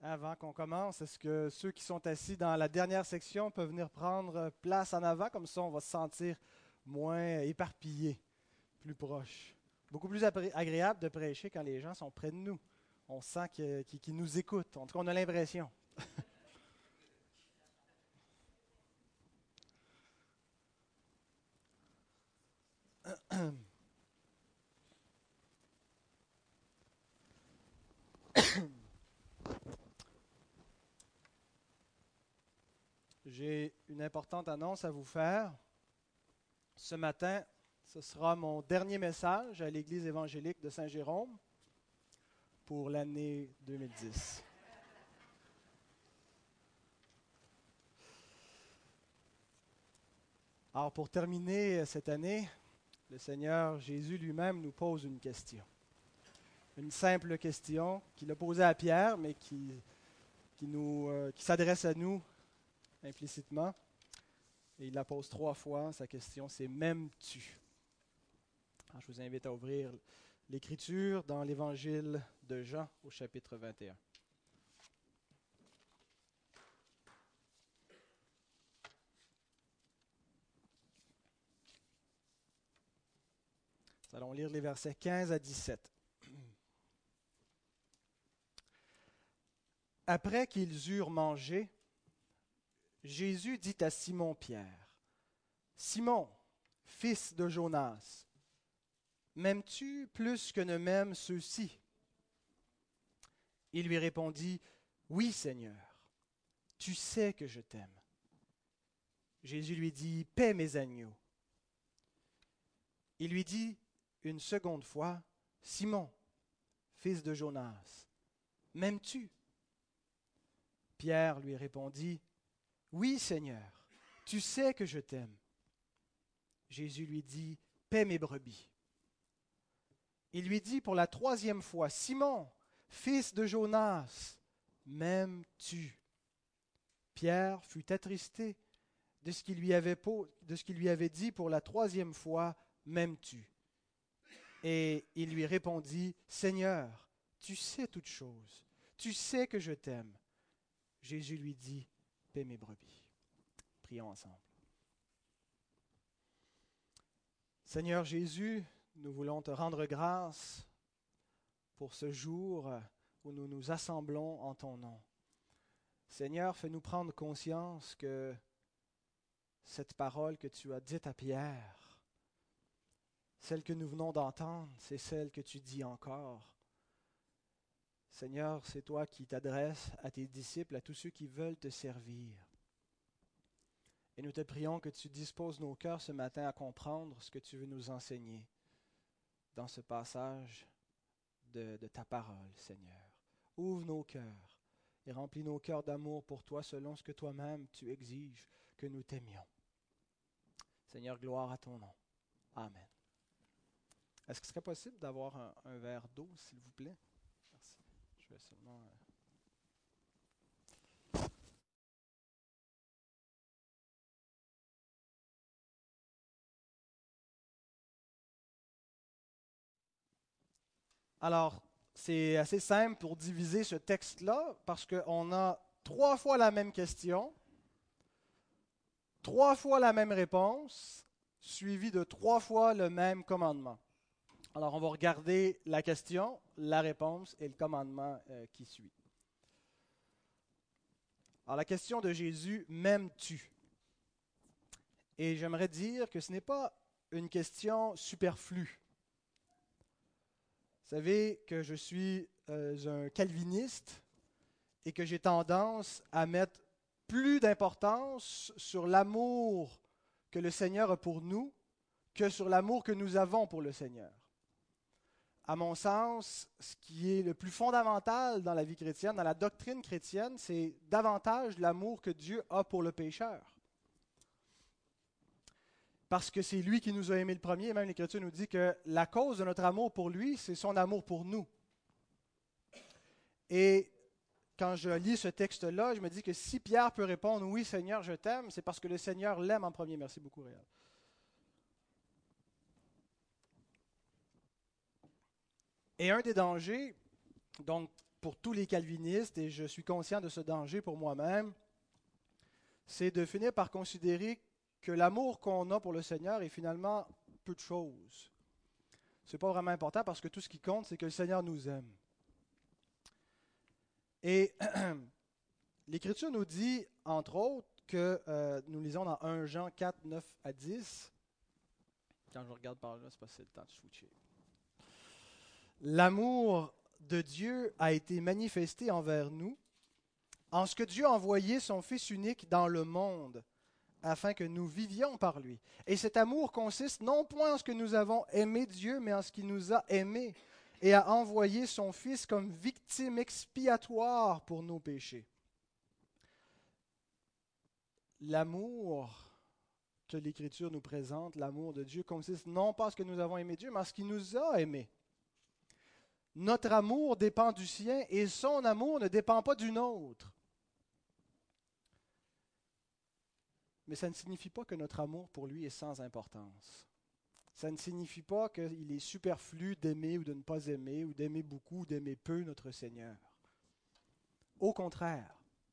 Avant qu'on commence, est-ce que ceux qui sont assis dans la dernière section peuvent venir prendre place en avant? Comme ça, on va se sentir moins éparpillés, plus proches. Beaucoup plus agréable de prêcher quand les gens sont près de nous. On sent qu'ils nous écoutent. En tout cas, on a l'impression. J'ai une importante annonce à vous faire. Ce matin, ce sera mon dernier message à l'Église évangélique de Saint-Jérôme pour l'année 2010. Alors, pour terminer cette année, le Seigneur Jésus lui-même nous pose une question. Une simple question qu'il a posée à Pierre, mais qui s'adresse à nous implicitement. Et il la pose 3 fois. Sa question, c'est « M'aimes-tu » Alors, je vous invite à ouvrir l'Écriture dans l'Évangile de Jean au chapitre 21. Nous allons lire les versets 15 à 17. Après qu'ils eurent mangé, Jésus dit à Simon-Pierre, « Simon, fils de Jonas, m'aimes-tu plus que ne m'aiment ceux-ci » Il lui répondit, « Oui, Seigneur, tu sais que je t'aime. » Jésus lui dit, « Paie mes agneaux. » Il lui dit une seconde fois, « Simon, fils de Jonas, m'aimes-tu » Pierre lui répondit, « Oui, Seigneur, tu sais que je t'aime. » Jésus lui dit, « Paie mes brebis. » Il lui dit pour la 3e fois, « Simon, fils de Jonas, m'aimes-tu » Pierre fut attristé de ce qu'il lui avait dit pour la 3e fois, « M'aimes-tu » Et il lui répondit, « Seigneur, tu sais toutes choses, tu sais que je t'aime. » Jésus lui dit, « Paie mes brebis. » Prions ensemble. Seigneur Jésus, nous voulons te rendre grâce pour ce jour où nous nous assemblons en ton nom. Seigneur, fais-nous prendre conscience que cette parole que tu as dite à Pierre, celle que nous venons d'entendre, c'est celle que tu dis encore. Seigneur, c'est toi qui t'adresses à tes disciples, à tous ceux qui veulent te servir. Et nous te prions que tu disposes nos cœurs ce matin à comprendre ce que tu veux nous enseigner dans ce passage de ta parole, Seigneur. Ouvre nos cœurs et remplis nos cœurs d'amour pour toi selon ce que toi-même tu exiges que nous t'aimions. Seigneur, gloire à ton nom. Amen. Est-ce que ce serait possible d'avoir un verre d'eau, s'il vous plaît? Merci. Je vais seulement... Alors, c'est assez simple pour diviser ce texte-là parce qu'on a 3 fois la même question, 3 fois la même réponse, suivie de 3 fois le même commandement. Alors, on va regarder la question, la réponse et le commandement qui suit. Alors, la question de Jésus, « M'aimes-tu » Et j'aimerais dire que ce n'est pas une question superflue. Vous savez que je suis un calviniste et que j'ai tendance à mettre plus d'importance sur l'amour que le Seigneur a pour nous que sur l'amour que nous avons pour le Seigneur. À mon sens, ce qui est le plus fondamental dans la vie chrétienne, dans la doctrine chrétienne, c'est davantage l'amour que Dieu a pour le pécheur. Parce que c'est lui qui nous a aimés le premier, et même l'Écriture nous dit que la cause de notre amour pour lui, c'est son amour pour nous. Et quand je lis ce texte-là, je me dis que si Pierre peut répondre « Oui, Seigneur, je t'aime », c'est parce que le Seigneur l'aime en premier. Merci beaucoup, Réal. Et un des dangers, donc, pour tous les calvinistes, et je suis conscient de ce danger pour moi-même, c'est de finir par considérer que l'amour qu'on a pour le Seigneur est finalement peu de choses. Ce n'est pas vraiment important parce que tout ce qui compte, c'est que le Seigneur nous aime. Et l'Écriture nous dit, entre autres, que nous lisons dans 1 Jean 4, 9 à 10. Quand je regarde par là, c'est parce que c'est le temps de switcher. L'amour de Dieu a été manifesté envers nous, en ce que Dieu a envoyé son Fils unique dans le monde, afin que nous vivions par lui. Et cet amour consiste non point en ce que nous avons aimé Dieu, mais en ce qu'il nous a aimés et a envoyé son Fils comme victime expiatoire pour nos péchés. L'amour que l'Écriture nous présente, l'amour de Dieu, consiste non pas en ce que nous avons aimé Dieu, mais en ce qu'il nous a aimés. Notre amour dépend du sien et son amour ne dépend pas du nôtre. Mais ça ne signifie pas que notre amour pour lui est sans importance. Ça ne signifie pas qu'il est superflu d'aimer ou de ne pas aimer, ou d'aimer beaucoup ou d'aimer peu notre Seigneur. Au contraire.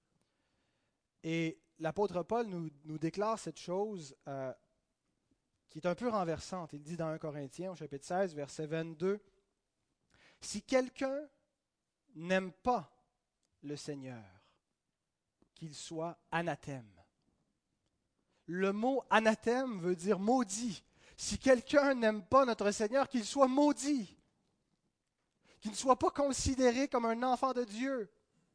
Et l'apôtre Paul nous déclare cette chose qui est un peu renversante. Il dit dans 1 Corinthiens, au chapitre 16, verset 22, « Si quelqu'un n'aime pas le Seigneur, qu'il soit anathème. » Le mot anathème veut dire maudit. Si quelqu'un n'aime pas notre Seigneur, qu'il soit maudit. Qu'il ne soit pas considéré comme un enfant de Dieu.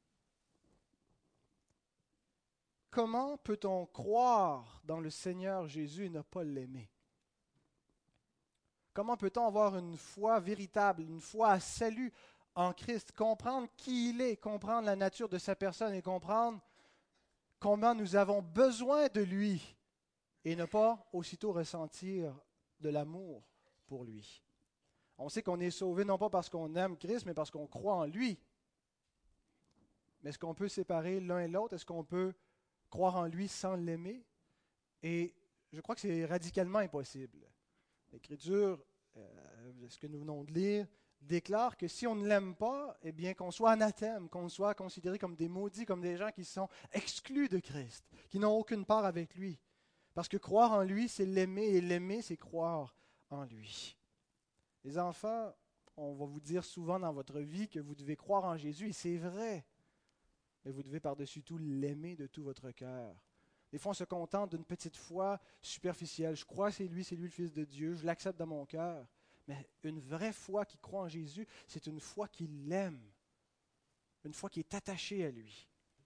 Comment peut-on croire dans le Seigneur Jésus et ne pas l'aimer? Comment peut-on avoir une foi véritable, une foi à salut en Christ, comprendre qui il est, comprendre la nature de sa personne et comprendre comment nous avons besoin de lui et ne pas aussitôt ressentir de l'amour pour lui? On sait qu'on est sauvé non pas parce qu'on aime Christ, mais parce qu'on croit en lui. Mais est-ce qu'on peut séparer l'un et l'autre? Est-ce qu'on peut croire en lui sans l'aimer? Et je crois que c'est radicalement impossible. L'Écriture, ce que nous venons de lire, déclare que si on ne l'aime pas, eh bien qu'on soit anathème, qu'on soit considéré comme des maudits, comme des gens qui sont exclus de Christ, qui n'ont aucune part avec lui. Parce que croire en lui, c'est l'aimer, et l'aimer, c'est croire en lui. Les enfants, on va vous dire souvent dans votre vie que vous devez croire en Jésus, et c'est vrai. Mais vous devez par-dessus tout l'aimer de tout votre cœur. Des fois, on se contente d'une petite foi superficielle. Je crois que c'est lui le Fils de Dieu, je l'accepte dans mon cœur. Mais une vraie foi qui croit en Jésus, c'est une foi qui l'aime. Une foi qui est attachée à lui.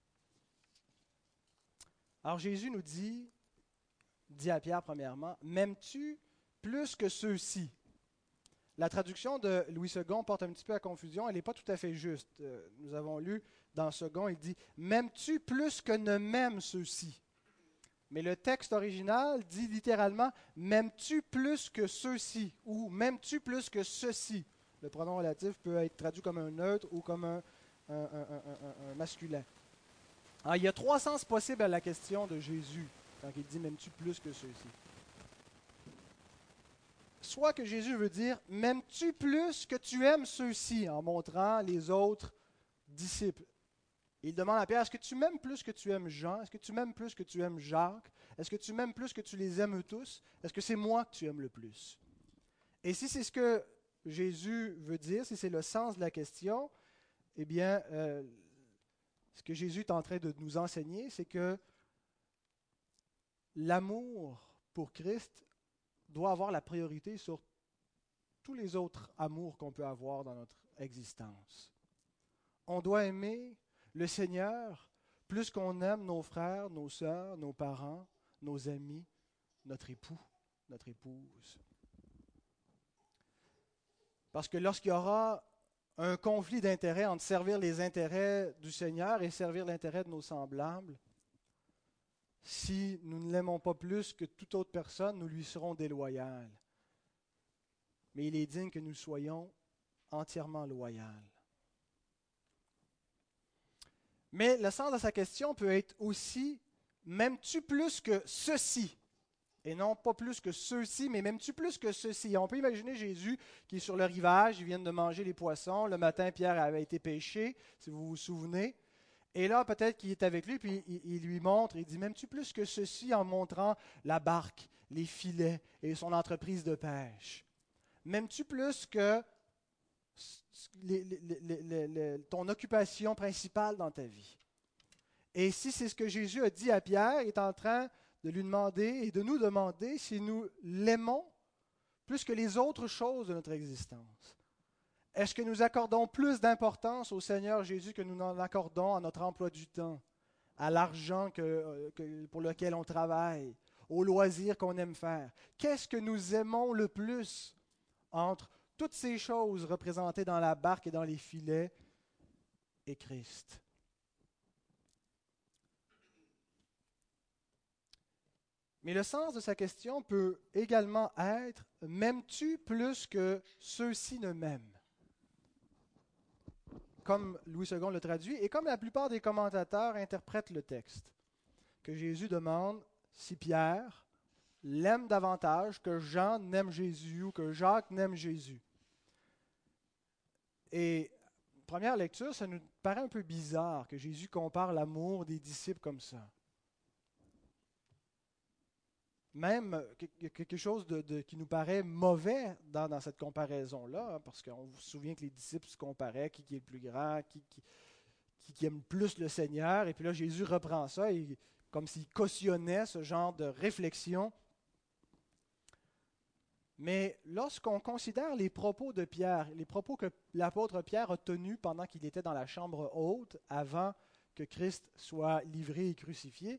Alors Jésus nous dit à Pierre premièrement, « M'aimes-tu plus que ceux-ci » La traduction de Louis II porte un petit peu à confusion, elle n'est pas tout à fait juste. Nous avons lu dans second, il dit « M'aimes-tu plus que ne m'aiment ceux-ci » Mais le texte original dit littéralement « M'aimes-tu plus que ceux-ci » ou « M'aimes-tu plus que ceci » Le pronom relatif peut être traduit comme un neutre ou comme un masculin. Alors, il y a trois sens possibles à la question de Jésus quand il dit « M'aimes-tu plus que ceux-ci » Soit que Jésus veut dire « M'aimes-tu plus que tu aimes ceux-ci » en montrant les autres disciples. Il demande à Pierre, est-ce que tu m'aimes plus que tu aimes Jean? Est-ce que tu m'aimes plus que tu aimes Jacques? Est-ce que tu m'aimes plus que tu les aimes tous? Est-ce que c'est moi que tu aimes le plus? Et si c'est ce que Jésus veut dire, si c'est le sens de la question, eh bien, ce que Jésus est en train de nous enseigner, c'est que l'amour pour Christ doit avoir la priorité sur tous les autres amours qu'on peut avoir dans notre existence. On doit aimer le Seigneur plus qu'on aime nos frères, nos sœurs, nos parents, nos amis, notre époux, notre épouse. Parce que lorsqu'il y aura un conflit d'intérêts entre servir les intérêts du Seigneur et servir l'intérêt de nos semblables, si nous ne l'aimons pas plus que toute autre personne, nous lui serons déloyaux. Mais il est digne que nous soyons entièrement loyaux. Mais le sens de sa question peut être aussi « M'aimes-tu plus que ceci » Et non pas plus que ceux-ci, mais même-tu plus que ceux-ci? On peut imaginer Jésus qui est sur le rivage, ils viennent de manger les poissons. Le matin, Pierre avait été pêché, si vous vous souvenez. Et là, peut-être qu'il est avec lui, puis il lui montre, il dit, m'aimes-tu plus que ceci en montrant la barque, les filets et son entreprise de pêche? M'aimes-tu plus que ton occupation principale dans ta vie? Et si c'est ce que Jésus a dit à Pierre, il est en train de lui demander et de nous demander si nous l'aimons plus que les autres choses de notre existence. Est-ce que nous accordons plus d'importance au Seigneur Jésus que nous n'en accordons à notre emploi du temps, à l'argent pour lequel on travaille, aux loisirs qu'on aime faire? Qu'est-ce que nous aimons le plus entre toutes ces choses représentées dans la barque et dans les filets et Christ? Mais le sens de sa question peut également être « M'aimes-tu plus que ceux-ci ne m'aiment ?» Comme Louis II le traduit, et comme la plupart des commentateurs interprètent le texte, que Jésus demande si Pierre l'aime davantage que Jean n'aime Jésus ou que Jacques n'aime Jésus. Et première lecture, ça nous paraît un peu bizarre que Jésus compare l'amour des disciples comme ça. Même quelque chose qui nous paraît mauvais dans cette comparaison-là, hein, parce qu'on se souvient que les disciples se comparaient, qui est le plus grand, qui aime plus le Seigneur, et puis là Jésus reprend ça, comme s'il cautionnait ce genre de réflexion. Mais lorsqu'on considère les propos de Pierre, les propos que l'apôtre Pierre a tenus pendant qu'il était dans la chambre haute, avant que Christ soit livré et crucifié,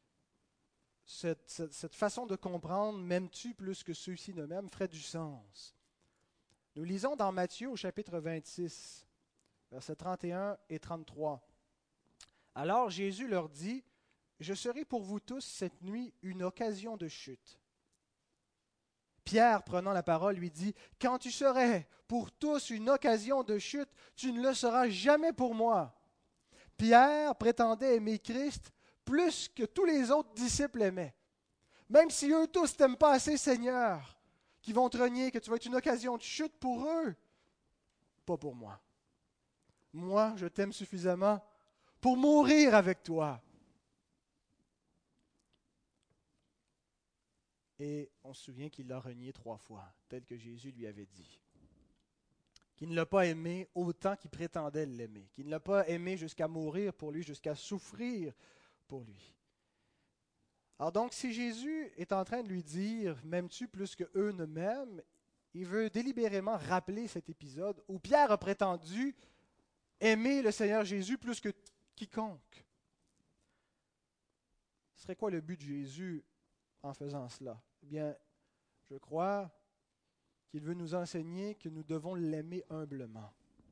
cette façon de comprendre « m'aimes-tu plus que ceux-ci ne m'aiment » ferait du sens. Nous lisons dans Matthieu au chapitre 26, versets 31 et 33. « Alors Jésus leur dit, « Je serai pour vous tous cette nuit une occasion de chute. » Pierre, prenant la parole, lui dit, « Quand tu serais pour tous une occasion de chute, tu ne le seras jamais pour moi. » Pierre prétendait aimer Christ plus que tous les autres disciples aimaient. Même si eux tous ne t'aiment pas assez, Seigneur, qui vont te renier, que tu vas être une occasion de chute pour eux, pas pour moi. Moi, je t'aime suffisamment pour mourir avec toi. Et on se souvient qu'il l'a renié 3 fois, tel que Jésus lui avait dit. Qu'il ne l'a pas aimé autant qu'il prétendait l'aimer. Qu'il ne l'a pas aimé jusqu'à mourir pour lui, jusqu'à souffrir pour lui. Alors donc, si Jésus est en train de lui dire « M'aimes-tu plus qu'eux ne m'aiment ?» il veut délibérément rappeler cet épisode où Pierre a prétendu aimer le Seigneur Jésus plus que quiconque. Ce serait quoi le but de Jésus en faisant cela? Eh bien, je crois qu'il veut nous enseigner que nous devons l'aimer humblement.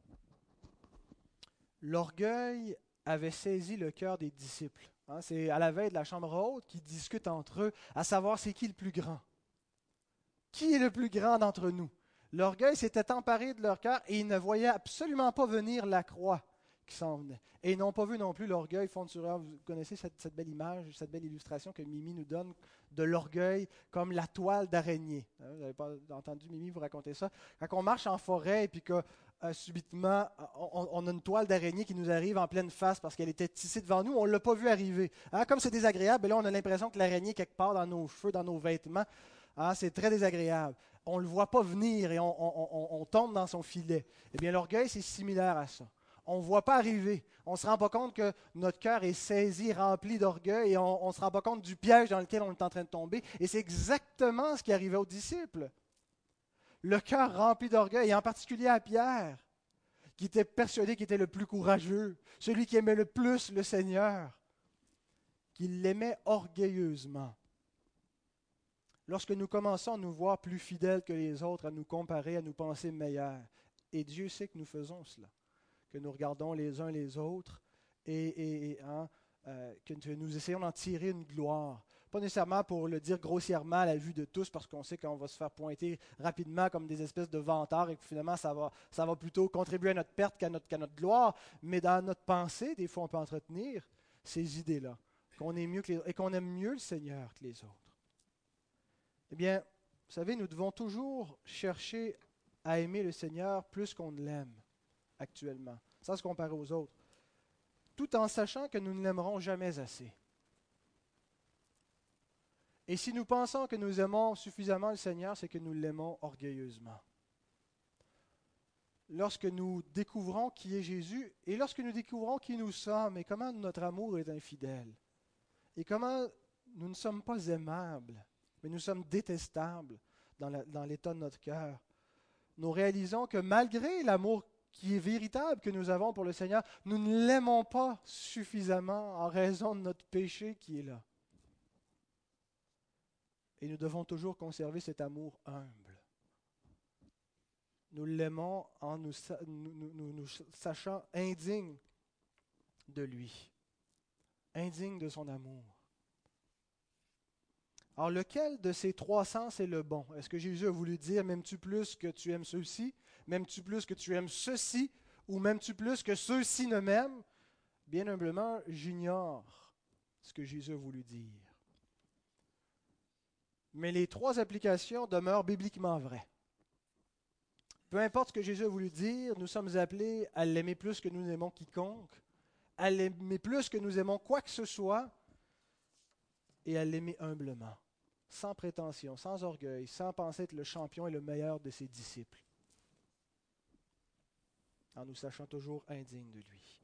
L'orgueil avait saisi le cœur des disciples. C'est à la veille de la chambre haute qu'ils discutent entre eux à savoir c'est qui le plus grand. Qui est le plus grand d'entre nous? L'orgueil s'était emparé de leur cœur et ils ne voyaient absolument pas venir la croix qui s'en venait. Et ils n'ont pas vu non plus l'orgueil fondre sur eux. Vous connaissez cette belle image, cette belle illustration que Mimi nous donne de l'orgueil comme la toile d'araignée. Vous n'avez pas entendu Mimi vous raconter ça? Quand on marche en forêt et puis que subitement on a une toile d'araignée qui nous arrive en pleine face parce qu'elle était tissée devant nous, on ne l'a pas vu arriver. Comme c'est désagréable, et là on a l'impression que l'araignée est quelque part dans nos cheveux, dans nos vêtements. C'est très désagréable. On ne le voit pas venir et on tombe dans son filet. Eh bien, l'orgueil, c'est similaire à ça. On ne voit pas arriver. On ne se rend pas compte que notre cœur est saisi, rempli d'orgueil, et on ne se rend pas compte du piège dans lequel on est en train de tomber. Et c'est exactement ce qui arrivait aux disciples. Le cœur rempli d'orgueil, et en particulier à Pierre, qui était persuadé qu'il était le plus courageux, celui qui aimait le plus le Seigneur, qu'il l'aimait orgueilleusement. Lorsque nous commençons à nous voir plus fidèles que les autres, à nous comparer, à nous penser meilleurs, et Dieu sait que nous faisons cela, que nous regardons les uns les autres et que nous essayons d'en tirer une gloire. Pas nécessairement pour le dire grossièrement à la vue de tous, parce qu'on sait qu'on va se faire pointer rapidement comme des espèces de vantards et que finalement ça va plutôt contribuer à notre perte qu'à notre gloire, mais dans notre pensée, des fois on peut entretenir ces idées-là, qu'on est mieux que les autres et qu'on aime mieux le Seigneur que les autres. Eh bien, vous savez, nous devons toujours chercher à aimer le Seigneur plus qu'on ne l'aime actuellement, sans se comparer aux autres, tout en sachant que nous ne l'aimerons jamais assez. Et si nous pensons que nous aimons suffisamment le Seigneur, c'est que nous l'aimons orgueilleusement. Lorsque nous découvrons qui est Jésus et lorsque nous découvrons qui nous sommes et comment notre amour est infidèle et comment nous ne sommes pas aimables, mais nous sommes détestables dans l'état de notre cœur, nous réalisons que malgré l'amour qui est véritable que nous avons pour le Seigneur, nous ne l'aimons pas suffisamment en raison de notre péché qui est là. Et nous devons toujours conserver cet amour humble. Nous l'aimons en nous sachant indignes de lui, indignes de son amour. Alors, lequel de ces trois sens est le bon? Est-ce que Jésus a voulu dire, m'aimes-tu plus que tu aimes ceux-ci? M'aimes-tu plus que tu aimes ceux-ci? Ou m'aimes-tu plus que ceux-ci ne m'aiment? Bien humblement, j'ignore ce que Jésus a voulu dire. Mais les trois applications demeurent bibliquement vraies. Peu importe ce que Jésus a voulu dire, nous sommes appelés à l'aimer plus que nous aimons quiconque, à l'aimer plus que nous aimons quoi que ce soit, et à l'aimer humblement, sans prétention, sans orgueil, sans penser être le champion et le meilleur de ses disciples, en nous sachant toujours indignes de lui.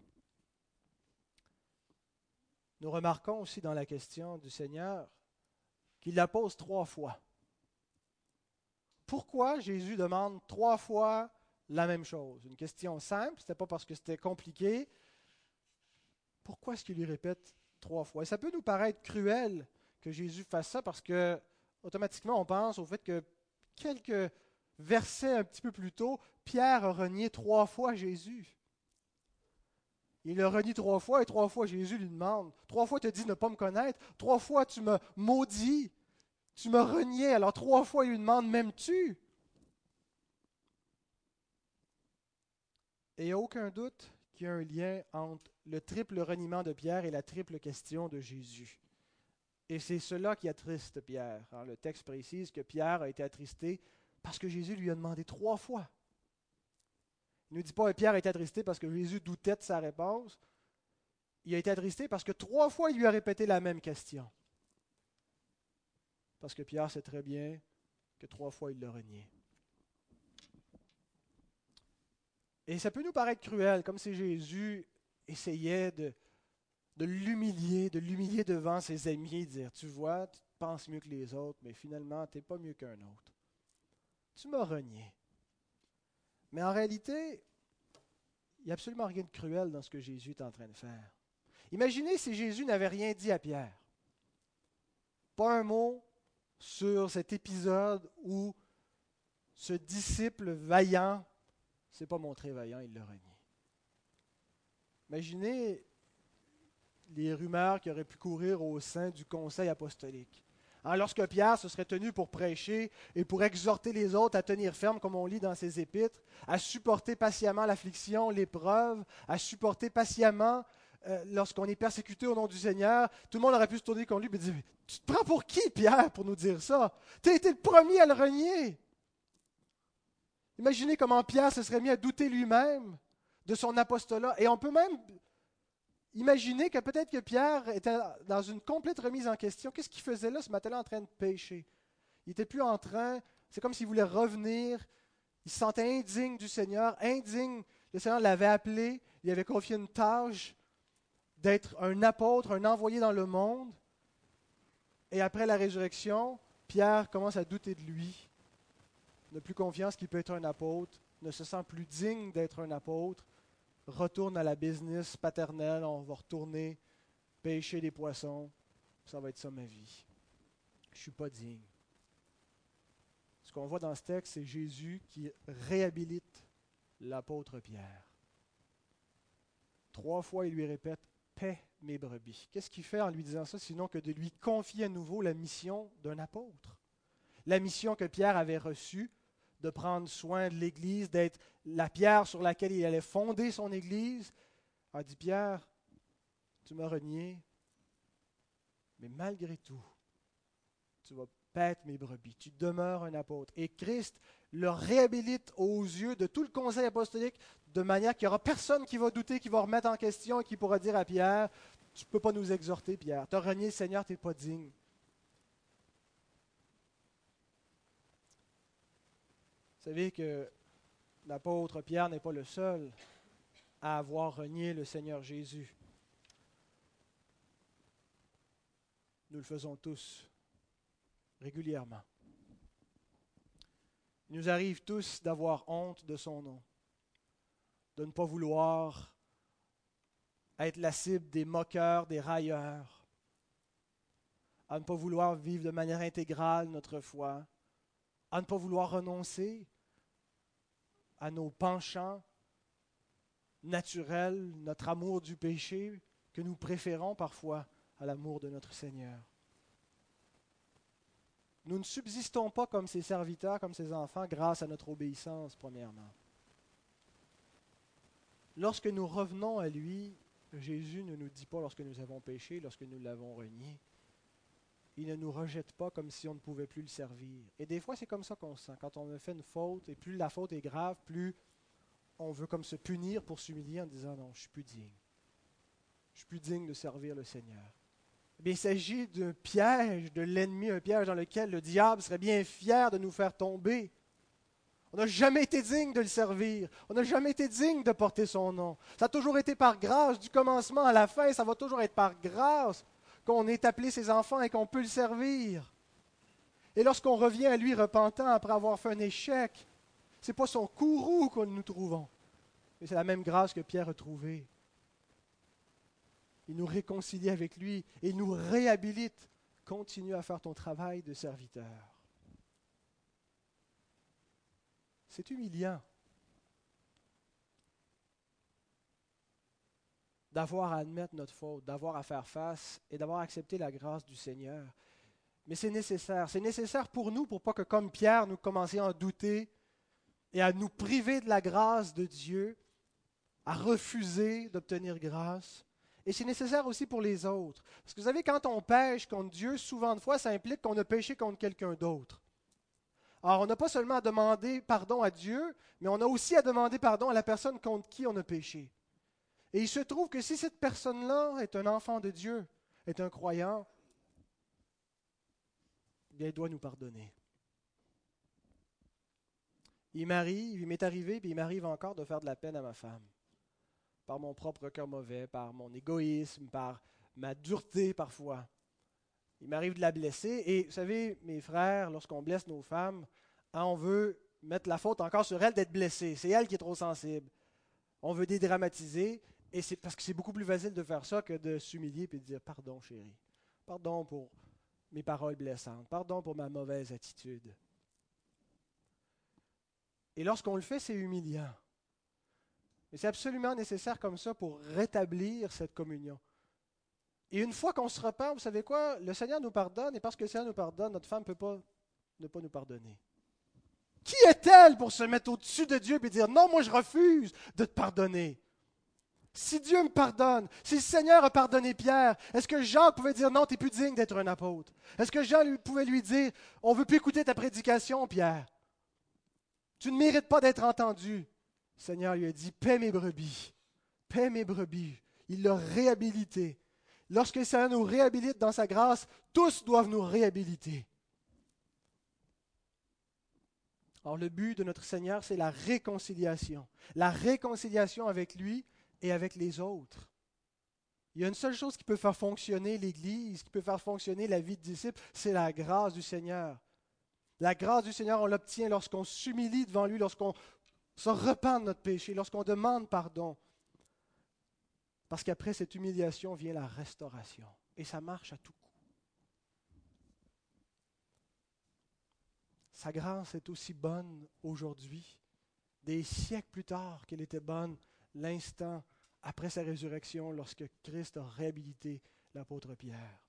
Nous remarquons aussi dans la question du Seigneur qu'il la pose trois fois. Pourquoi Jésus demande trois fois la même chose? Une question simple, ce n'était pas parce que c'était compliqué. Pourquoi est-ce qu'il lui répète trois fois? Et ça peut nous paraître cruel que Jésus fasse ça parce que automatiquement on pense au fait que quelques versets un petit peu plus tôt, Pierre a renié trois fois Jésus. Il le renie trois fois et trois fois Jésus lui demande, trois fois tu as dit ne pas me connaître, trois fois tu me maudis, tu me reniais, alors trois fois il lui demande m'aimes-tu? Et il n'y a aucun doute qu'il y a un lien entre le triple reniement de Pierre et la triple question de Jésus. Et c'est cela qui attriste Pierre. Alors, le texte précise que Pierre a été attristé parce que Jésus lui a demandé trois fois. Il ne dit pas que Pierre a été attristé parce que Jésus doutait de sa réponse. Il a été attristé parce que trois fois il lui a répété la même question. Parce que Pierre sait très bien que trois fois il l'a renié. Et ça peut nous paraître cruel, comme si Jésus essayait de l'humilier devant ses amis et dire, tu vois, tu penses mieux que les autres, mais finalement, tu n'es pas mieux qu'un autre. Tu m'as renié. Mais en réalité, il n'y a absolument rien de cruel dans ce que Jésus est en train de faire. Imaginez si Jésus n'avait rien dit à Pierre. Pas un mot sur cet épisode où ce disciple vaillant ne s'est pas montré vaillant, il l'a renié. Imaginez les rumeurs qui auraient pu courir au sein du conseil apostolique. Lorsque Pierre se serait tenu pour prêcher et pour exhorter les autres à tenir ferme, comme on lit dans ses épîtres, à supporter patiemment l'affliction, l'épreuve, à supporter patiemment lorsqu'on est persécuté au nom du Seigneur, tout le monde aurait pu se tourner contre lui et dire, tu te prends pour qui, Pierre, pour nous dire ça? Tu as été le premier à le renier. Imaginez comment Pierre se serait mis à douter lui-même de son apostolat. Et on peut même imaginez que peut-être que Pierre était dans une complète remise en question. Qu'est-ce qu'il faisait là ce matin-là en train de pécher? Il n'était plus en train, c'est comme s'il voulait revenir. Il se sentait indigne du Seigneur, indigne. Le Seigneur l'avait appelé, il avait confié une tâche d'être un apôtre, un envoyé dans le monde. Et après la résurrection, Pierre commence à douter de lui, n'a plus confiance qu'il peut être un apôtre, ne se sent plus digne d'être un apôtre. Retourne à la business paternelle, on va retourner pêcher des poissons, ça va être ça ma vie. Je ne suis pas digne. Ce qu'on voit dans ce texte, c'est Jésus qui réhabilite l'apôtre Pierre. Trois fois, il lui répète « paie mes brebis ». Qu'est-ce qu'il fait en lui disant ça, sinon que de lui confier à nouveau la mission d'un apôtre? La mission que Pierre avait reçue, de prendre soin de l'Église, d'être la pierre sur laquelle il allait fonder son Église, a dit Pierre, tu m'as renié, mais malgré tout, tu vas paître mes brebis. Tu demeures un apôtre. Et Christ le réhabilite aux yeux de tout le conseil apostolique de manière qu'il n'y aura personne qui va douter, qui va remettre en question et qui pourra dire à Pierre, tu ne peux pas nous exhorter, Pierre. Tu as renié le Seigneur, tu n'es pas digne. Vous savez que l'apôtre Pierre n'est pas le seul à avoir renié le Seigneur Jésus. Nous le faisons tous régulièrement. Il nous arrive tous d'avoir honte de son nom, de ne pas vouloir être la cible des moqueurs, des railleurs, à ne pas vouloir vivre de manière intégrale notre foi, à ne pas vouloir renoncer à nos penchants naturels, notre amour du péché, que nous préférons parfois à l'amour de notre Seigneur. Nous ne subsistons pas comme ses serviteurs, comme ses enfants, grâce à notre obéissance, premièrement. Lorsque nous revenons à lui, Jésus ne nous dit pas lorsque nous avons péché, lorsque nous l'avons renié. Il ne nous rejette pas comme si on ne pouvait plus le servir. Et des fois, c'est comme ça qu'on se sent. Quand on a fait une faute, et plus la faute est grave, plus on veut comme se punir pour s'humilier en disant « Non, je ne suis plus digne. Je suis plus digne de servir le Seigneur. » Eh bien, il s'agit d'un piège de l'ennemi, un piège dans lequel le diable serait bien fier de nous faire tomber. On n'a jamais été digne de le servir. On n'a jamais été digne de porter son nom. Ça a toujours été par grâce, du commencement à la fin, ça va toujours être par grâce qu'on est appelé ses enfants et qu'on peut le servir. Et lorsqu'on revient à lui repentant après avoir fait un échec, ce n'est pas son courroux que nous trouvons, mais c'est la même grâce que Pierre a trouvée. Il nous réconcilie avec lui et il nous réhabilite. Continue à faire ton travail de serviteur. C'est humiliant d'avoir à admettre notre faute, d'avoir à faire face et d'avoir accepté la grâce du Seigneur. Mais c'est nécessaire. C'est nécessaire pour nous, pour pas que comme Pierre, nous commencions à douter et à nous priver de la grâce de Dieu, à refuser d'obtenir grâce. Et c'est nécessaire aussi pour les autres. Parce que vous savez, quand on pêche contre Dieu, souvent de fois, ça implique qu'on a péché contre quelqu'un d'autre. Alors, on n'a pas seulement à demander pardon à Dieu, mais on a aussi à demander pardon à la personne contre qui on a péché. Et il se trouve que si cette personne-là est un enfant de Dieu, est un croyant, bien, il doit nous pardonner. Il m'est arrivé, puis il m'arrive encore de faire de la peine à ma femme. Par mon propre cœur mauvais, par mon égoïsme, par ma dureté parfois. Il m'arrive de la blesser. Et vous savez, mes frères, lorsqu'on blesse nos femmes, on veut mettre la faute encore sur elle d'être blessée. C'est elle qui est trop sensible. On veut dédramatiser. Et c'est parce que c'est beaucoup plus facile de faire ça que de s'humilier et de dire « Pardon, chérie. Pardon pour mes paroles blessantes. Pardon pour ma mauvaise attitude. » Et lorsqu'on le fait, c'est humiliant. Mais c'est absolument nécessaire comme ça pour rétablir cette communion. Et une fois qu'on se repent, vous savez quoi? Le Seigneur nous pardonne, et parce que le Seigneur nous pardonne, notre femme ne peut pas ne pas nous pardonner. Qui est-elle pour se mettre au-dessus de Dieu et dire « Non, moi je refuse de te pardonner ». Si Dieu me pardonne, si le Seigneur a pardonné Pierre, est-ce que Jean pouvait dire « Non, tu n'es plus digne d'être un apôtre ». Est-ce que Jean pouvait lui dire « On ne veut plus écouter ta prédication, Pierre. Tu ne mérites pas d'être entendu ». Le Seigneur lui a dit « Paie mes brebis, paie mes brebis ». Il l'a réhabilité. Lorsque le Seigneur nous réhabilite dans sa grâce, tous doivent nous réhabiliter. Alors le but de notre Seigneur, c'est la réconciliation. La réconciliation avec lui et avec les autres. Il y a une seule chose qui peut faire fonctionner l'Église, qui peut faire fonctionner la vie de disciple, c'est la grâce du Seigneur. La grâce du Seigneur, on l'obtient lorsqu'on s'humilie devant lui, lorsqu'on se repent de notre péché, lorsqu'on demande pardon. Parce qu'après cette humiliation vient la restauration. Et ça marche à tout coup. Sa grâce est aussi bonne aujourd'hui, des siècles plus tard qu'elle était bonne l'instant après sa résurrection, lorsque Christ a réhabilité l'apôtre Pierre.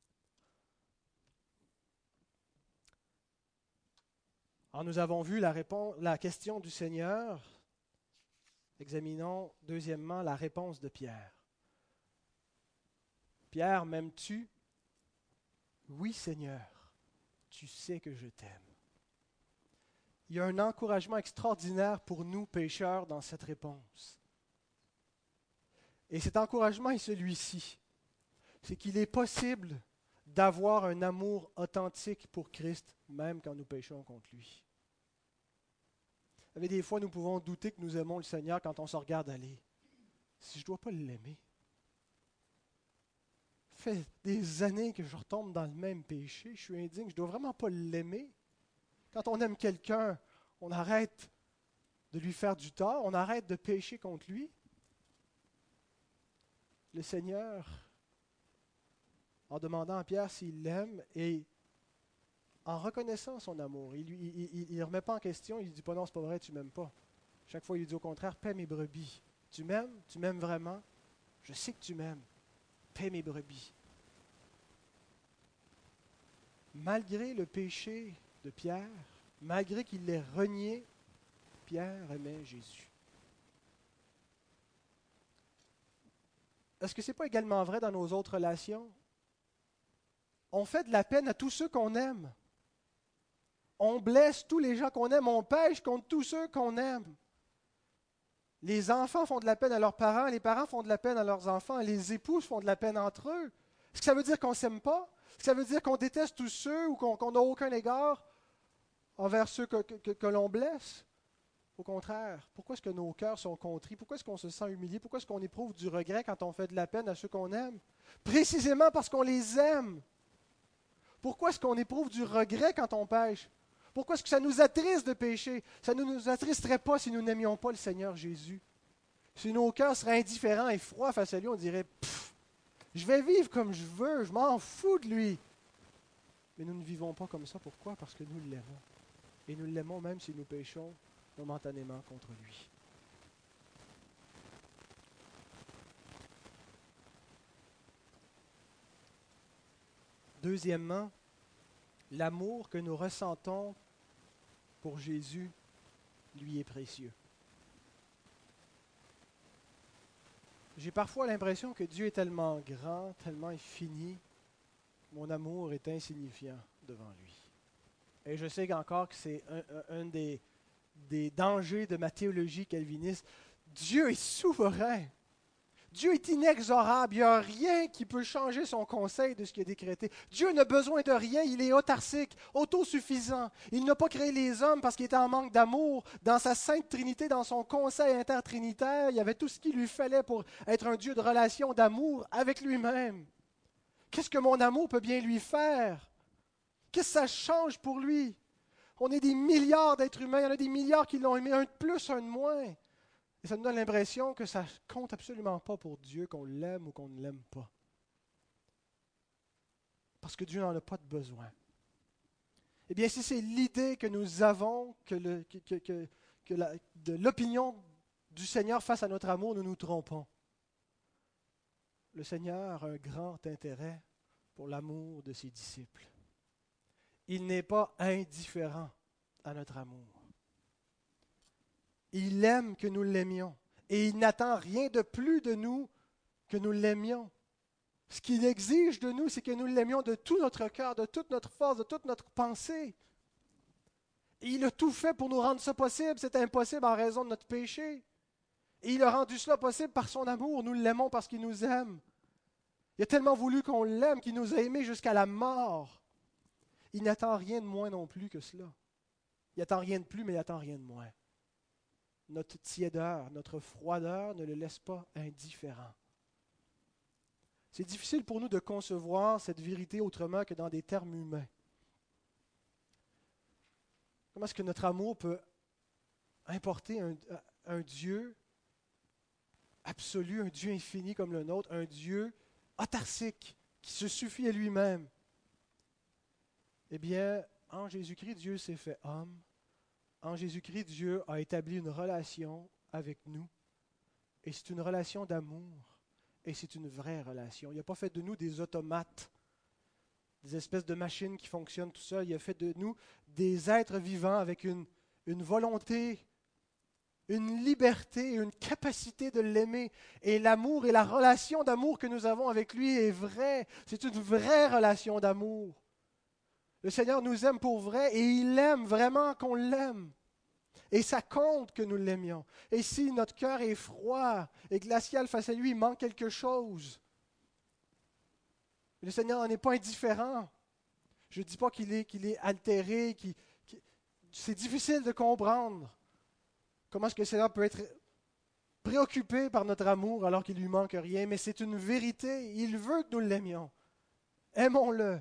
Alors nous avons vu la question du Seigneur. Examinons deuxièmement la réponse de Pierre. Pierre, m'aimes-tu? Oui, Seigneur. tu sais que je t'aime. Il y a un encouragement extraordinaire pour nous, pécheurs, dans cette réponse. Et cet encouragement est celui-ci. C'est qu'il est possible d'avoir un amour authentique pour Christ, même quand nous péchons contre lui. Vous savez, des fois, nous pouvons douter que nous aimons le Seigneur quand on se regarde aller. Si je ne dois pas l'aimer. Ça fait des années que je retombe dans le même péché, je suis indigne, je ne dois vraiment pas l'aimer. Quand on aime quelqu'un, on arrête de lui faire du tort, on arrête de pécher contre lui. Le Seigneur, en demandant à Pierre s'il l'aime et en reconnaissant son amour, il ne remet pas en question, il ne dit pas non, c'est pas vrai, tu ne m'aimes pas. Chaque fois, il dit au contraire, paie mes brebis. Tu m'aimes vraiment? Je sais que tu m'aimes. Paie mes brebis. Malgré le péché de Pierre, malgré qu'il l'ait renié, Pierre aimait Jésus. Est-ce que ce n'est pas également vrai dans nos autres relations? On fait de la peine à tous ceux qu'on aime. On blesse tous les gens qu'on aime, on pêche contre tous ceux qu'on aime. Les enfants font de la peine à leurs parents, les parents font de la peine à leurs enfants, les épouses font de la peine entre eux. Est-ce que ça veut dire qu'on ne s'aime pas? Est-ce que ça veut dire qu'on déteste tous ceux ou qu'on n'a aucun égard envers ceux que l'on blesse? Au contraire, pourquoi est-ce que nos cœurs sont contrits? Pourquoi est-ce qu'on se sent humilié? Pourquoi est-ce qu'on éprouve du regret quand on fait de la peine à ceux qu'on aime? Précisément parce qu'on les aime. Pourquoi est-ce qu'on éprouve du regret quand on pêche? Pourquoi est-ce que ça nous attriste de pécher? Ça ne nous attristerait pas si nous n'aimions pas le Seigneur Jésus. Si nos cœurs seraient indifférents et froids face à lui, on dirait « je vais vivre comme je veux, je m'en fous de lui ». Mais nous ne vivons pas comme ça. Pourquoi? Parce que nous l'aimons. Et nous l'aimons même si nous péchons momentanément contre lui. Deuxièmement, l'amour que nous ressentons pour Jésus lui est précieux. J'ai parfois l'impression que Dieu est tellement grand, tellement infini, mon amour est insignifiant devant lui. Et je sais encore que c'est un des dangers de ma théologie calviniste. Dieu est souverain. Dieu est inexorable. Il n'y a rien qui peut changer son conseil de ce qu'il a décrété. Dieu n'a besoin de rien. Il est autarcique, autosuffisant. Il n'a pas créé les hommes parce qu'il était en manque d'amour. Dans sa sainte Trinité, dans son conseil intertrinitaire, il y avait tout ce qu'il lui fallait pour être un Dieu de relation, d'amour avec lui-même. Qu'est-ce que mon amour peut bien lui faire? Qu'est-ce que ça change pour lui? On est des milliards d'êtres humains. Il y en a des milliards qui l'ont aimé, un de plus, un de moins. Et ça nous donne l'impression que ça ne compte absolument pas pour Dieu, qu'on l'aime ou qu'on ne l'aime pas. Parce que Dieu n'en a pas de besoin. Eh bien, si c'est l'idée que nous avons de l'opinion du Seigneur face à notre amour, nous nous trompons. Le Seigneur a un grand intérêt pour l'amour de ses disciples. Il n'est pas indifférent à notre amour. Il aime que nous l'aimions. Et il n'attend rien de plus de nous que nous l'aimions. Ce qu'il exige de nous, c'est que nous l'aimions de tout notre cœur, de toute notre force, de toute notre pensée. Et il a tout fait pour nous rendre ça possible. C'est impossible en raison de notre péché. Et il a rendu cela possible par son amour. Nous l'aimons parce qu'il nous aime. Il a tellement voulu qu'on l'aime qu'il nous a aimés jusqu'à la mort. Il n'attend rien de moins non plus que cela. Il n'attend rien de plus, mais il n'attend rien de moins. Notre tiédeur, notre froideur ne le laisse pas indifférent. C'est difficile pour nous de concevoir cette vérité autrement que dans des termes humains. Comment est-ce que notre amour peut importer un Dieu absolu, un Dieu infini comme le nôtre, un Dieu autarcique qui se suffit à lui-même? Eh bien, en Jésus-Christ, Dieu s'est fait homme. En Jésus-Christ, Dieu a établi une relation avec nous. Et c'est une relation d'amour. Et c'est une vraie relation. Il n'a pas fait de nous des automates, des espèces de machines qui fonctionnent tout seuls. Il a fait de nous des êtres vivants avec une volonté, une liberté, une capacité de l'aimer. Et l'amour et la relation d'amour que nous avons avec lui est vraie. C'est une vraie relation d'amour. Le Seigneur nous aime pour vrai et il aime vraiment qu'on l'aime. Et ça compte que nous l'aimions. Et si notre cœur est froid et glacial face à lui, il manque quelque chose. Le Seigneur n'en est pas indifférent. Je ne dis pas qu'il est altéré, c'est difficile de comprendre comment est-ce que le Seigneur peut être préoccupé par notre amour alors qu'il ne lui manque rien, mais c'est une vérité. Il veut que nous l'aimions. Aimons-le.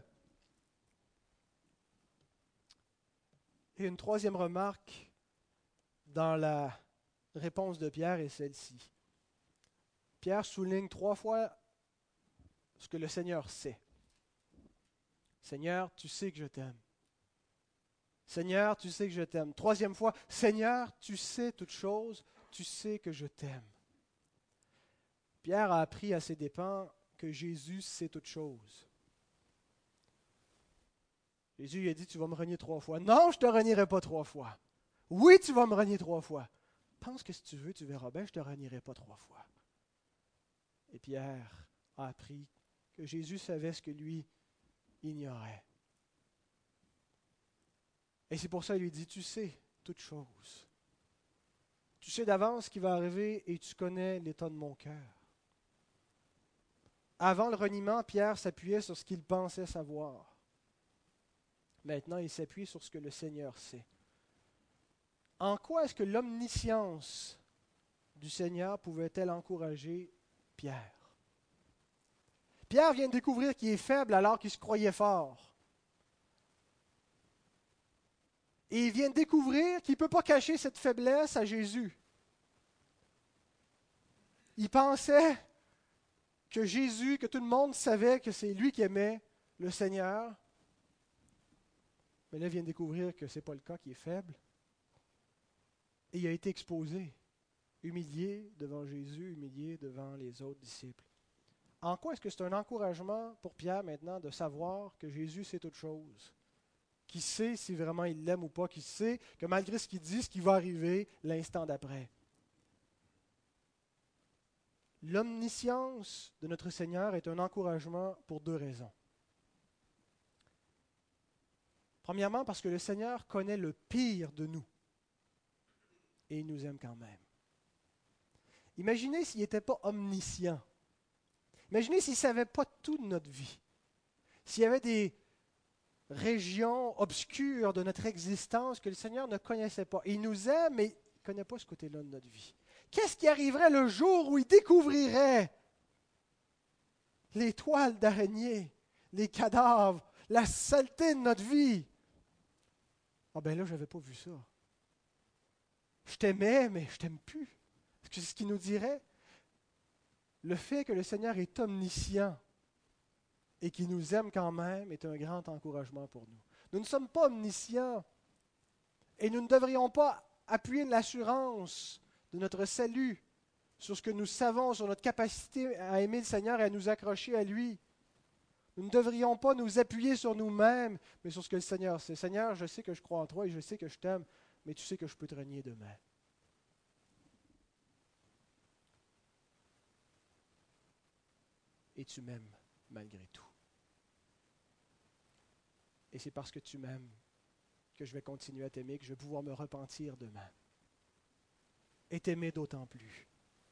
Et une troisième remarque dans la réponse de Pierre est celle-ci. Pierre souligne 3 fois ce que le Seigneur sait. Seigneur, tu sais que je t'aime. Seigneur, tu sais que je t'aime. 3e fois, Seigneur, tu sais toutes choses, tu sais que je t'aime. Pierre a appris à ses dépens que Jésus sait toutes choses. Jésus lui a dit, tu vas me renier 3 fois. Non, je ne te renierai pas 3 fois. Oui, tu vas me renier 3 fois. Pense que si tu veux, tu verras bien, je ne te renierai pas 3 fois. Et Pierre a appris que Jésus savait ce que lui ignorait. Et c'est pour ça qu'il lui dit, tu sais toutes choses. Tu sais d'avance ce qui va arriver et tu connais l'état de mon cœur. Avant le reniement, Pierre s'appuyait sur ce qu'il pensait savoir. Maintenant, il s'appuie sur ce que le Seigneur sait. En quoi est-ce que l'omniscience du Seigneur pouvait-elle encourager Pierre? Pierre vient de découvrir qu'il est faible alors qu'il se croyait fort. Et il vient de découvrir qu'il ne peut pas cacher cette faiblesse à Jésus. Il pensait que Jésus, que tout le monde savait que c'est lui qui aimait le Seigneur. Mais là, il vient de découvrir que ce n'est pas le cas, qu'il est faible. Et il a été exposé, humilié devant Jésus, humilié devant les autres disciples. En quoi est-ce que c'est un encouragement pour Pierre maintenant de savoir que Jésus sait toute chose? Qui sait si vraiment il l'aime ou pas, qui sait que malgré ce qu'il dit, ce qui va arriver l'instant d'après. L'omniscience de notre Seigneur est un encouragement pour 2 raisons. Premièrement, parce que le Seigneur connaît le pire de nous. Et il nous aime quand même. Imaginez s'il n'était pas omniscient. Imaginez s'il ne savait pas tout de notre vie. S'il y avait des régions obscures de notre existence que le Seigneur ne connaissait pas. Il nous aime, mais il ne connaît pas ce côté-là de notre vie. Qu'est-ce qui arriverait le jour où il découvrirait les toiles d'araignée, les cadavres, la saleté de notre vie? Ah ben là, je n'avais pas vu ça. Je t'aimais, mais je ne t'aime plus. Est-ce que c'est ce qu'il nous dirait? Le fait que le Seigneur est omniscient et qu'il nous aime quand même est un grand encouragement pour nous. Nous ne sommes pas omniscients et nous ne devrions pas appuyer l'assurance de notre salut sur ce que nous savons, sur notre capacité à aimer le Seigneur et à nous accrocher à lui. Nous ne devrions pas nous appuyer sur nous-mêmes, mais sur ce que le Seigneur sait. Seigneur, je sais que je crois en toi et je sais que je t'aime, mais tu sais que je peux te renier demain. Et tu m'aimes malgré tout. Et c'est parce que tu m'aimes que je vais continuer à t'aimer, que je vais pouvoir me repentir demain. Et t'aimer d'autant plus.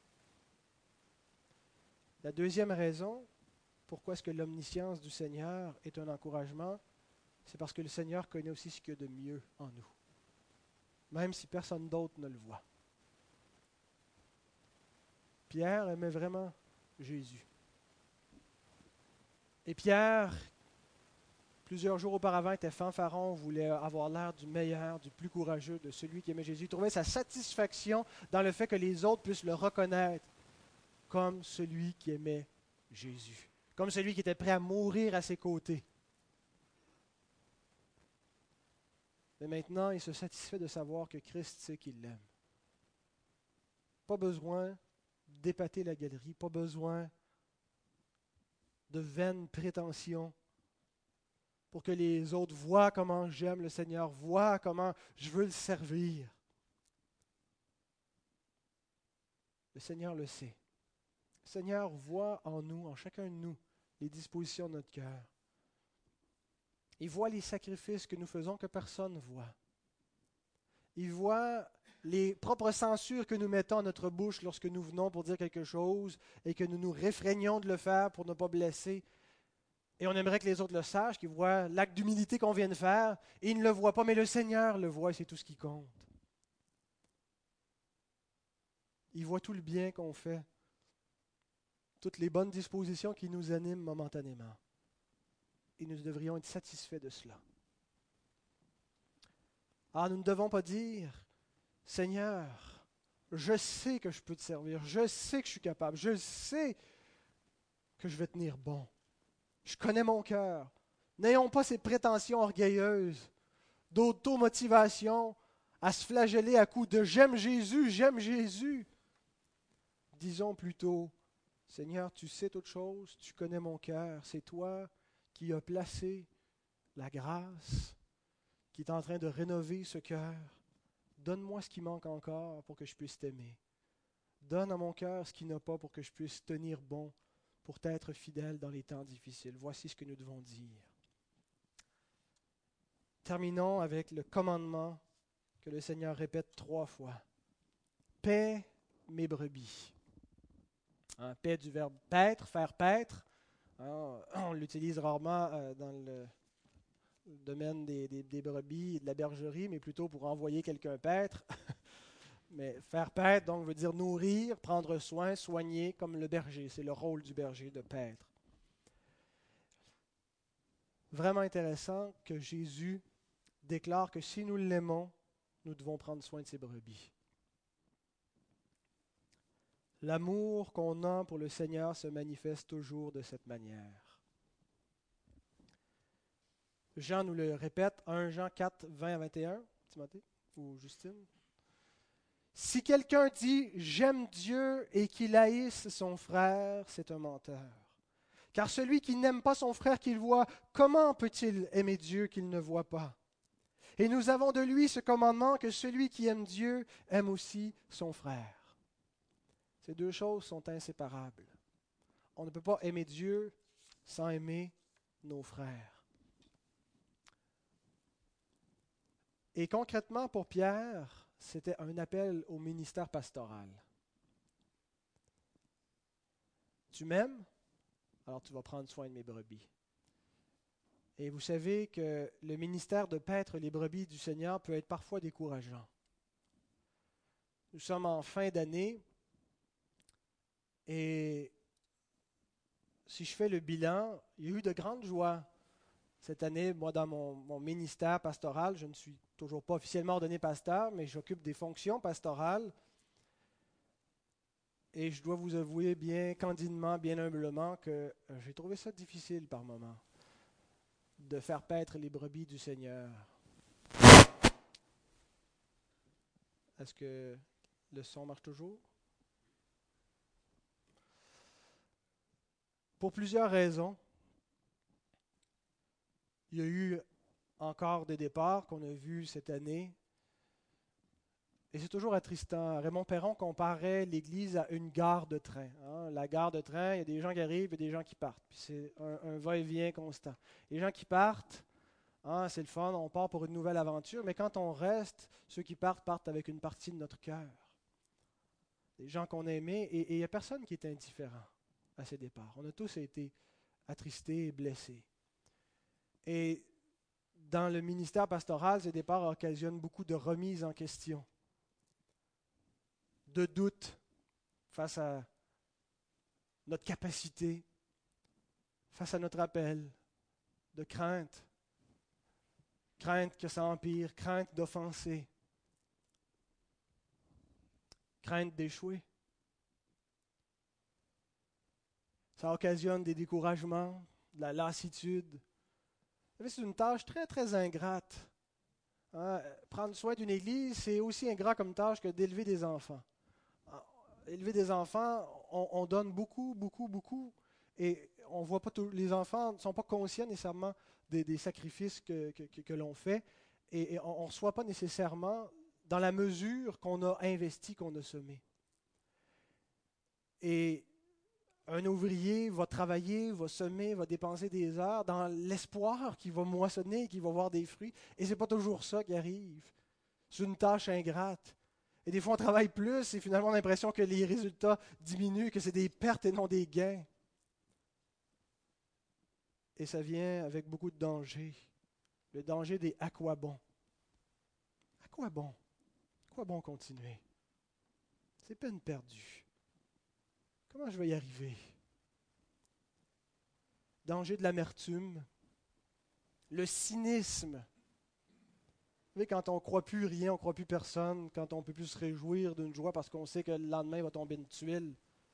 La deuxième raison, pourquoi est-ce que l'omniscience du Seigneur est un encouragement, c'est parce que le Seigneur connaît aussi ce qu'il y a de mieux en nous, même si personne d'autre ne le voit. Pierre aimait vraiment Jésus. Et Pierre, plusieurs jours auparavant, était fanfaron, voulait avoir l'air du meilleur, du plus courageux, de celui qui aimait Jésus. Il trouvait sa satisfaction dans le fait que les autres puissent le reconnaître comme celui qui aimait Jésus, comme celui qui était prêt à mourir à ses côtés. Mais maintenant, il se satisfait de savoir que Christ sait qu'il l'aime. Pas besoin d'épater la galerie, pas besoin de vaines prétentions pour que les autres voient comment j'aime le Seigneur, voient comment je veux le servir. Le Seigneur le sait. Le Seigneur voit en nous, en chacun de nous, les dispositions de notre cœur. Il voit les sacrifices que nous faisons que personne ne voit. Il voit les propres censures que nous mettons à notre bouche lorsque nous venons pour dire quelque chose et que nous nous réfrégnons de le faire pour ne pas blesser. Et on aimerait que les autres le sachent, qu'ils voient l'acte d'humilité qu'on vient de faire, et ils ne le voient pas, mais le Seigneur le voit et c'est tout ce qui compte. Il voit tout le bien qu'on fait, toutes les bonnes dispositions qui nous animent momentanément. Et nous devrions être satisfaits de cela. Alors nous ne devons pas dire, Seigneur, je sais que je peux te servir, je sais que je suis capable, je sais que je vais tenir bon. Je connais mon cœur. N'ayons pas ces prétentions orgueilleuses d'automotivation à se flageller à coups de j'aime Jésus, j'aime Jésus. Disons plutôt, Seigneur, tu sais toutes choses, tu connais mon cœur, c'est toi qui as placé la grâce, qui est en train de rénover ce cœur. Donne-moi ce qui manque encore pour que je puisse t'aimer. Donne à mon cœur ce qu'il n'a pas pour que je puisse tenir bon, pour t'être fidèle dans les temps difficiles. Voici ce que nous devons dire. Terminons avec le commandement que le Seigneur répète 3 fois. Paie mes brebis. Paie du verbe paître, faire paître. On l'utilise rarement dans le domaine des brebis et de la bergerie, mais plutôt pour envoyer quelqu'un paître. Mais faire paître, donc, veut dire nourrir, prendre soin, soigner, comme le berger. C'est le rôle du berger de paître. Vraiment intéressant que Jésus déclare que si nous l'aimons, nous devons prendre soin de ses brebis. L'amour qu'on a pour le Seigneur se manifeste toujours de cette manière. Jean nous le répète, 1 Jean 4, 20 à 21, Timothée ou Justine. Si quelqu'un dit « j'aime Dieu » et qu'il haïsse son frère, c'est un menteur. Car celui qui n'aime pas son frère qu'il voit, comment peut-il aimer Dieu qu'il ne voit pas? Et nous avons de lui ce commandement que celui qui aime Dieu aime aussi son frère. Ces deux choses sont inséparables. On ne peut pas aimer Dieu sans aimer nos frères. Et concrètement, pour Pierre, c'était un appel au ministère pastoral. Tu m'aimes? Alors tu vas prendre soin de mes brebis. Et vous savez que le ministère de paître les brebis du Seigneur peut être parfois décourageant. Nous sommes en fin d'année et si je fais le bilan, il y a eu de grandes joies. Cette année, moi, dans mon ministère pastoral, je ne suis toujours pas officiellement ordonné pasteur, mais j'occupe des fonctions pastorales. Et je dois vous avouer bien candidement, bien humblement, que j'ai trouvé ça difficile par moments de faire paître les brebis du Seigneur. Est-ce que le son marche toujours? Pour plusieurs raisons. Il y a eu encore des départs qu'on a vus cette année. Et c'est toujours attristant. Raymond Perron comparait l'Église à une gare de train. La gare de train, il y a des gens qui arrivent et des gens qui partent. Puis c'est un va-et-vient constant. Les gens qui partent, c'est le fun, on part pour une nouvelle aventure, mais quand on reste, ceux qui partent avec une partie de notre cœur. Des gens qu'on a aimés, et il n'y a personne qui est indifférent à ces départs. On a tous été attristés et blessés. Et dans le ministère pastoral, ces départs occasionnent beaucoup de remises en question, de doutes face à notre capacité, face à notre appel, de crainte. Crainte que ça empire, crainte d'offenser, crainte d'échouer. Ça occasionne des découragements, de la lassitude. Vous savez, c'est une tâche très, très ingrate. Prendre soin d'une église, c'est aussi ingrat comme tâche que d'élever des enfants. Élever des enfants, on donne beaucoup, beaucoup, beaucoup, et on voit pas tous les enfants ne sont pas conscients nécessairement des sacrifices que l'on fait, et on ne reçoit pas nécessairement dans la mesure qu'on a investi, qu'on a semé. Et Un ouvrier va travailler, va semer, va dépenser des heures dans l'espoir qu'il va moissonner, qu'il va voir des fruits. Et ce n'est pas toujours ça qui arrive. C'est une tâche ingrate. Et des fois, on travaille plus et finalement, on a l'impression que les résultats diminuent, que c'est des pertes et non des gains. Et ça vient avec beaucoup de danger. Le danger des à quoi bon. À quoi bon? À quoi bon continuer? C'est peine perdue. Comment je vais y arriver? Danger de l'amertume, le cynisme. Vous savez, quand on ne croit plus rien, on ne croit plus personne, quand on ne peut plus se réjouir d'une joie parce qu'on sait que le lendemain va tomber une tuile.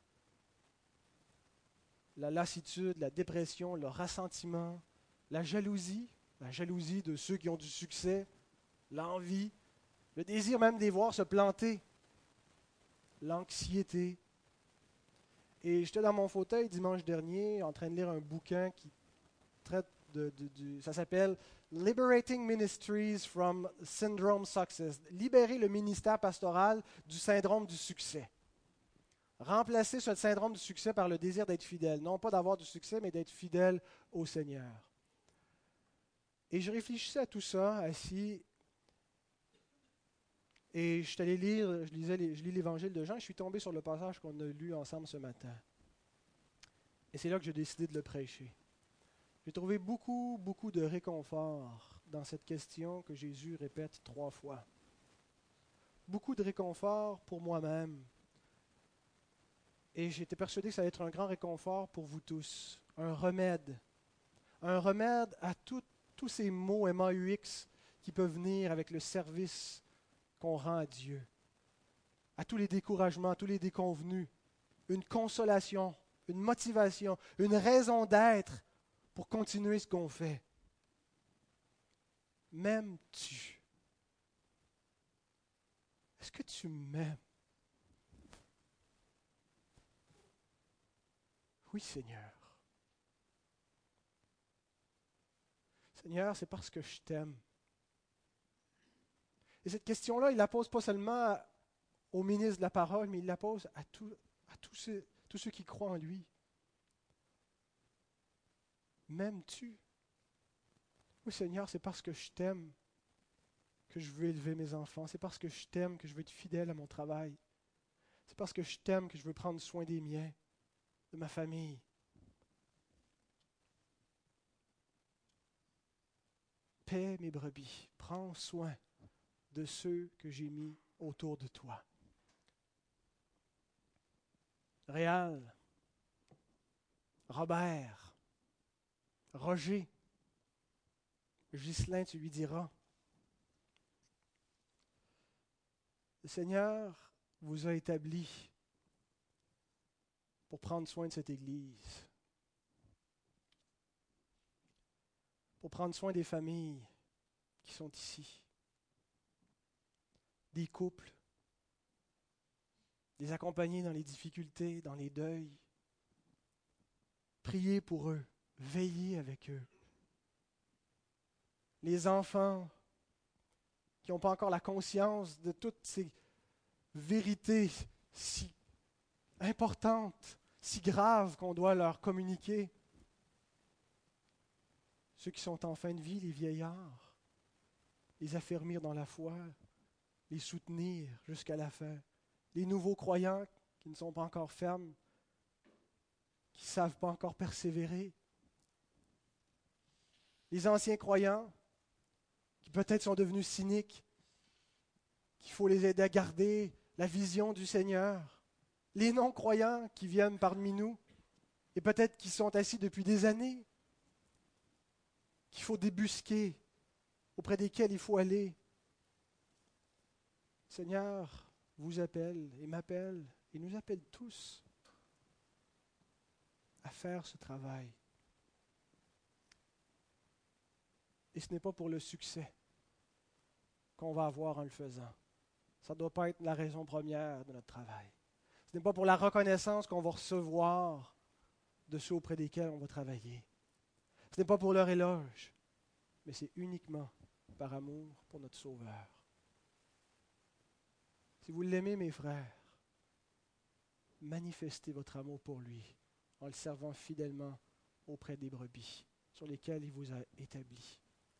La lassitude, la dépression, le ressentiment, la jalousie de ceux qui ont du succès, l'envie, le désir même de les voir se planter, l'anxiété. Et j'étais dans mon fauteuil dimanche dernier en train de lire un bouquin qui traite ça s'appelle Liberating Ministries from Syndrome Success. Libérer le ministère pastoral du syndrome du succès. Remplacer ce syndrome du succès par le désir d'être fidèle. Non pas d'avoir du succès, mais d'être fidèle au Seigneur. Et je réfléchissais à tout ça, assis, et je suis allé lire, je lis l'Évangile de Jean, et je suis tombé sur le passage qu'on a lu ensemble ce matin. Et c'est là que j'ai décidé de le prêcher. J'ai trouvé beaucoup, beaucoup de réconfort dans cette question que Jésus répète 3 fois. Beaucoup de réconfort pour moi-même. Et j'étais persuadé que ça allait être un grand réconfort pour vous tous. Un remède. Un remède à tous ces mots MAUX qui peuvent venir avec le service qu'on rend à Dieu. À tous les découragements, à tous les déconvenus. Une consolation, une motivation, une raison d'être pour continuer ce qu'on fait. M'aimes-tu? Est-ce que tu m'aimes? Oui, Seigneur. Seigneur, c'est parce que je t'aime. Et cette question-là, il ne la pose pas seulement au ministre de la parole, mais il la pose à tous ceux qui croient en lui. M'aimes-tu? Oui, Seigneur, c'est parce que je t'aime que je veux élever mes enfants. C'est parce que je t'aime que je veux être fidèle à mon travail. C'est parce que je t'aime que je veux prendre soin des miens, de ma famille. Paie mes brebis. Prends soin de ceux que j'ai mis autour de toi. Réal, Robert, Roger, Ghislain, tu lui diras. Le Seigneur vous a établi pour prendre soin de cette Église, pour prendre soin des familles qui sont ici, des couples, les accompagner dans les difficultés, dans les deuils, prier pour eux, veiller avec eux. Les enfants qui n'ont pas encore la conscience de toutes ces vérités si importantes, si graves qu'on doit leur communiquer. Ceux qui sont en fin de vie, les vieillards, les affermir dans la foi, les soutenir jusqu'à la fin. Les nouveaux croyants qui ne sont pas encore fermes, qui ne savent pas encore persévérer. Les anciens croyants qui peut-être sont devenus cyniques, qu'il faut les aider à garder la vision du Seigneur. Les non-croyants qui viennent parmi nous et peut-être qui sont assis depuis des années, qu'il faut débusquer, auprès desquels il faut aller. Le Seigneur vous appelle et m'appelle et nous appelle tous à faire ce travail. Et ce n'est pas pour le succès qu'on va avoir en le faisant. Ça ne doit pas être la raison première de notre travail. Ce n'est pas pour la reconnaissance qu'on va recevoir de ceux auprès desquels on va travailler. Ce n'est pas pour leur éloge, mais c'est uniquement par amour pour notre Sauveur. Si vous l'aimez, mes frères, manifestez votre amour pour lui en le servant fidèlement auprès des brebis sur lesquelles il vous a établi.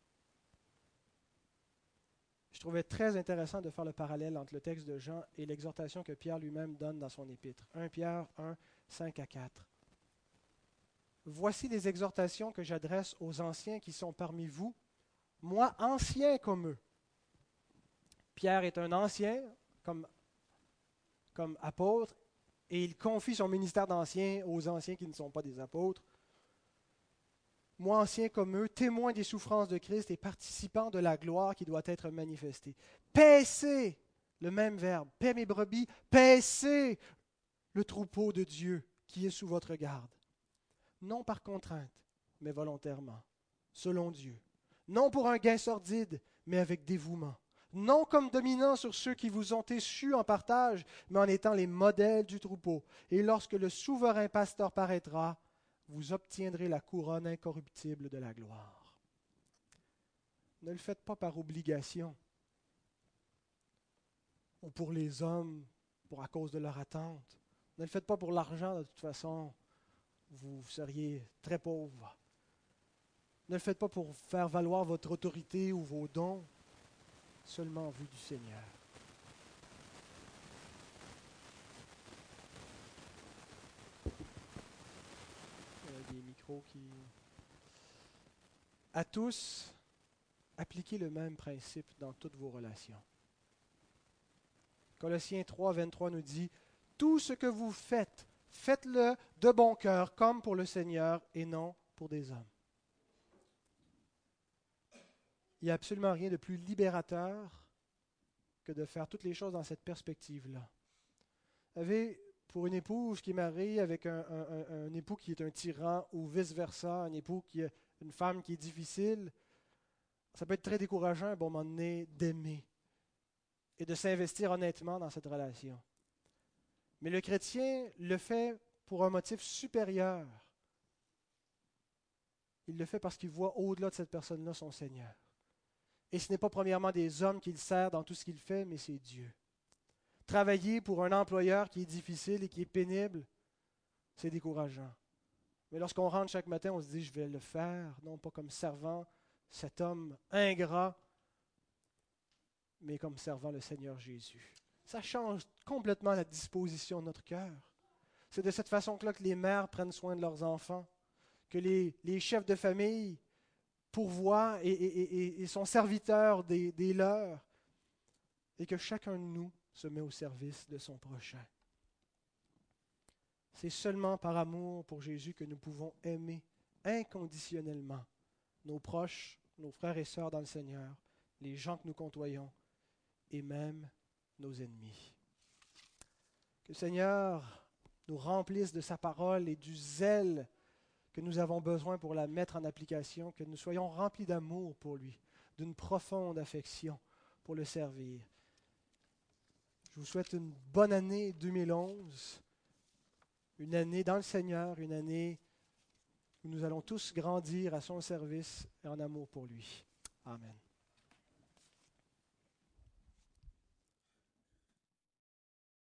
Je trouvais très intéressant de faire le parallèle entre le texte de Jean et l'exhortation que Pierre lui-même donne dans son épître. 1 Pierre 1, 5 à 4. Voici les exhortations que j'adresse aux anciens qui sont parmi vous, moi ancien comme eux. Pierre est un ancien comme apôtre et il confie son ministère d'ancien aux anciens qui ne sont pas des apôtres. Moi, ancien comme eux, témoin des souffrances de Christ et participant de la gloire qui doit être manifestée. Paissez, le même verbe, paix mes brebis, paissez le troupeau de Dieu qui est sous votre garde. Non par contrainte, mais volontairement, selon Dieu. Non pour un gain sordide, mais avec dévouement. Non comme dominant sur ceux qui vous ont échus en partage, mais en étant les modèles du troupeau. Et lorsque le souverain pasteur paraîtra, vous obtiendrez la couronne incorruptible de la gloire. Ne le faites pas par obligation ou pour les hommes, à cause de leur attente. Ne le faites pas pour l'argent, de toute façon, vous seriez très pauvre. Ne le faites pas pour faire valoir votre autorité ou vos dons, seulement en vue du Seigneur. Des micros qui... À tous, appliquez le même principe dans toutes vos relations. Colossiens 3, 23 nous dit « Tout ce que vous faites, faites-le de bon cœur, comme pour le Seigneur et non pour des hommes. » Il n'y a absolument rien de plus libérateur que de faire toutes les choses dans cette perspective-là. Vous savez, pour une épouse qui est mariée avec un époux qui est un tyran ou vice-versa, une femme qui est difficile, ça peut être très décourageant à un bon moment donné d'aimer et de s'investir honnêtement dans cette relation. Mais le chrétien le fait pour un motif supérieur. Il le fait parce qu'il voit au-delà de cette personne-là son Seigneur. Et ce n'est pas premièrement des hommes qu'il sert dans tout ce qu'il fait, mais c'est Dieu. Travailler pour un employeur qui est difficile et qui est pénible, c'est décourageant. Mais lorsqu'on rentre chaque matin, on se dit, je vais le faire, non pas comme servant, cet homme ingrat, mais comme servant le Seigneur Jésus. Ça change complètement la disposition de notre cœur. C'est de cette façon-là que les mères prennent soin de leurs enfants, que les chefs de famille pourvoient et sont serviteurs des leurs, et que chacun de nous se met au service de son prochain. C'est seulement par amour pour Jésus que nous pouvons aimer inconditionnellement nos proches, nos frères et sœurs dans le Seigneur, les gens que nous côtoyons et même nos ennemis. Que le Seigneur nous remplisse de sa parole et du zèle que nous avons besoin pour la mettre en application, que nous soyons remplis d'amour pour lui, d'une profonde affection pour le servir. Je vous souhaite une bonne année 2011, une année dans le Seigneur, une année où nous allons tous grandir à son service et en amour pour lui. Amen.